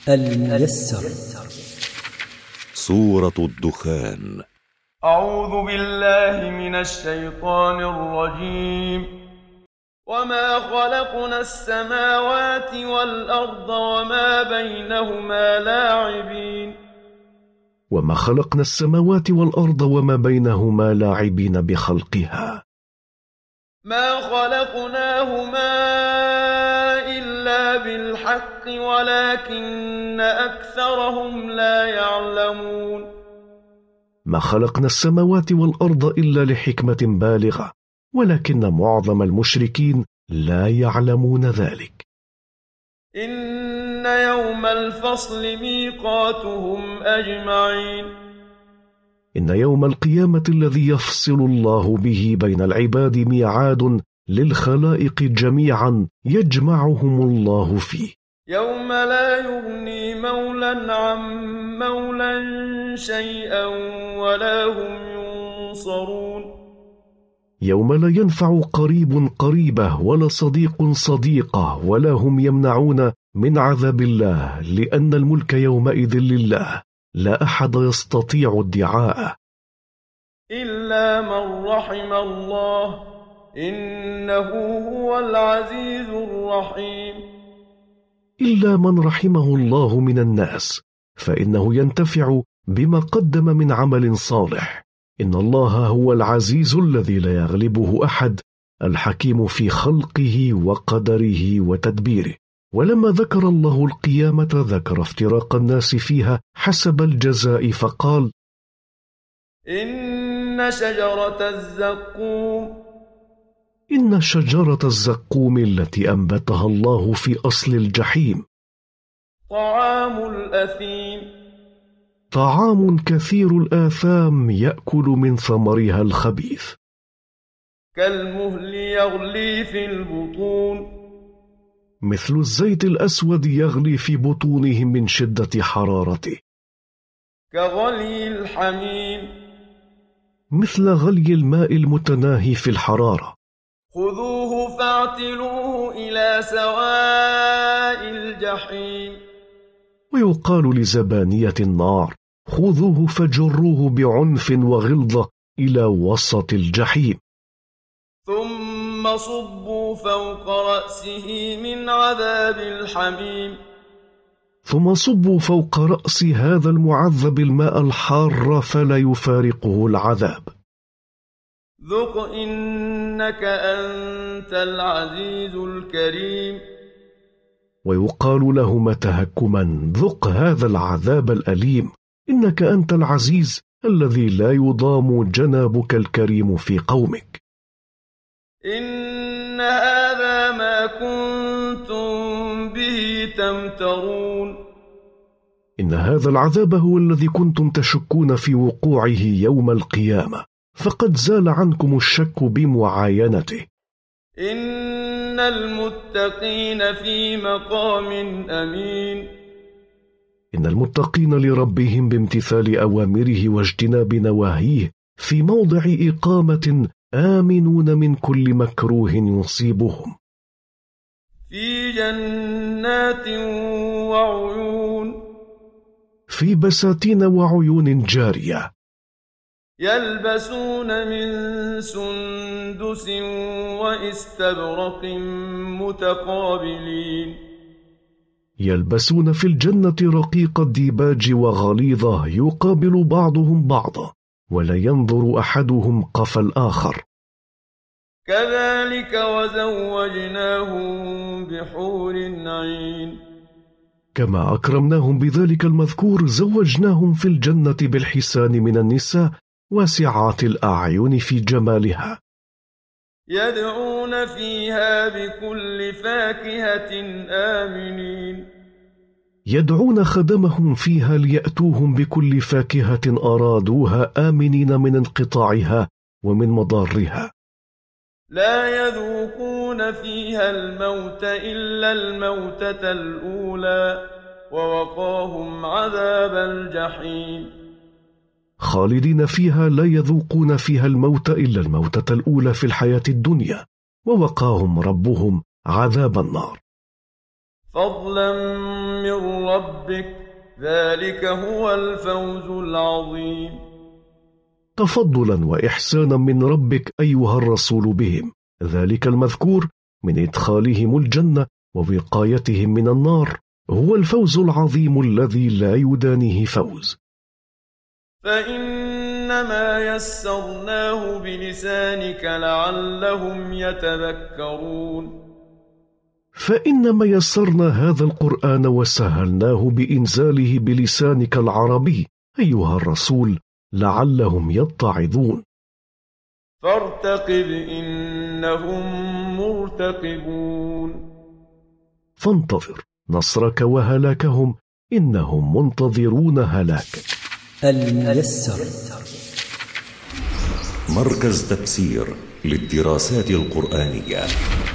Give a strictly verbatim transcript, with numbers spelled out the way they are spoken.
الميسر. سورة الدخان. أعوذ بالله من الشيطان الرجيم. وما خلقنا السماوات والأرض وما بينهما لاعبين وما خلقنا السماوات والأرض وما بينهما لاعبين بخلقها. ما خلقناهما إلا بالحق ولكن أكثرهم لا يعلمون. ما خلقنا السماوات والأرض إلا لحكمة بالغة، ولكن معظم المشركين لا يعلمون ذلك. إن يوم الفصل ميقاتهم أجمعين. إن يوم القيامة الذي يفصل الله به بين العباد ميعاد للخلائق جميعا يجمعهم الله فيه. يوم لا يغني مولى عن مولى شيئا ولا هم ينصرون. يوم لا ينفع قريب قريبه ولا صديق صديقه ولا هم يمنعون من عذاب الله، لأن الملك يومئذ لله لا أحد يستطيع ادعاءه إلا من رحم الله إنه هو العزيز الرحيم. إلا من رحمه الله من الناس، فإنه ينتفع بما قدم من عمل صالح. إن الله هو العزيز الذي لا يغلبه أحد، الحكيم في خلقه وقدره وتدبيره. ولما ذكر الله القيامة ذكر افتراق الناس فيها حسب الجزاء فقال: إن شجرة الزقوم إن شجرة الزقوم التي أنبتها الله في أصل الجحيم طعام الأثيم طعام كثير الآثام يأكل من ثمرها الخبيث. كالمهل يغلي في البطون مثل الزيت الأسود يغلي في بطونهم من شدة حرارته. كغلي الحميم مثل غلي الماء المتناهي في الحرارة. خذوه فاعتلوه إلى سواء الجحيم. ويقال لزبانية النار: خذوه فجروه بعنف وغلظة إلى وسط الجحيم. ثم صبوا فوق رأسه من عذاب الحميم. ثم صبوا فوق رأس هذا المعذب الماء الحار فلا يفارقه العذاب. ذق إنك أنت العزيز الكريم. ويقال لهما تهكما: ذق هذا العذاب الأليم، إنك أنت العزيز الذي لا يضام جنابك الكريم في قومك. إن هذا ما كنتم به تمترون. إن هذا العذاب هو الذي كنتم تشكون في وقوعه يوم القيامة، فقد زال عنكم الشك بمعاينته. إن المتقين في مقام أمين. إن المتقين لربهم بامتثال أوامره واجتناب نواهيه في موضع إقامة آمنون من كل مكروه يصيبهم. في جنات وعيون. في بساتين وعيون جارية. يلبسون من سندس واستبرق متقابلين. يلبسون في الجنة رقيق الديباج وغليظة يقابل بعضهم بعضا، ولا ينظر أحدهم قفا الآخر. كذلك وزوجناهم بحور عين. كما أكرمناهم بذلك المذكور زوجناهم في الجنة بالحسان من النساء واسعات الأعين في جمالها. يدعون فيها بكل فاكهة آمنين. يدعون خدمهم فيها ليأتوهم بكل فاكهة أرادوها آمنين من انقطاعها ومن مضارها. لا يذوقون فيها الموت إلا الموتة الأولى ووقاهم عذاب الجحيم. خالدين فيها لا يذوقون فيها الموت إلا الموتة الأولى في الحياة الدنيا، ووقاهم ربهم عذاب النار. فضلا من ربك، ذلك هو الفوز العظيم. تفضلا وإحسانا من ربك أيها الرسول بهم، ذلك المذكور من إدخالهم الجنة ووقايتهم من النار هو الفوز العظيم الذي لا يدانيه فوز. فإنما يسرناه بلسانك لعلهم يتذكرون. فإنما يسرنا هذا القرآن وسهلناه بإنزاله بلسانك العربي أيها الرسول لعلهم يتعظون. فارتقب إنهم مرتقبون. فانتظر نصرك وهلاكهم، إنهم منتظرون هلاكك. الميسر مركز تفسير للدراسات القرآنية.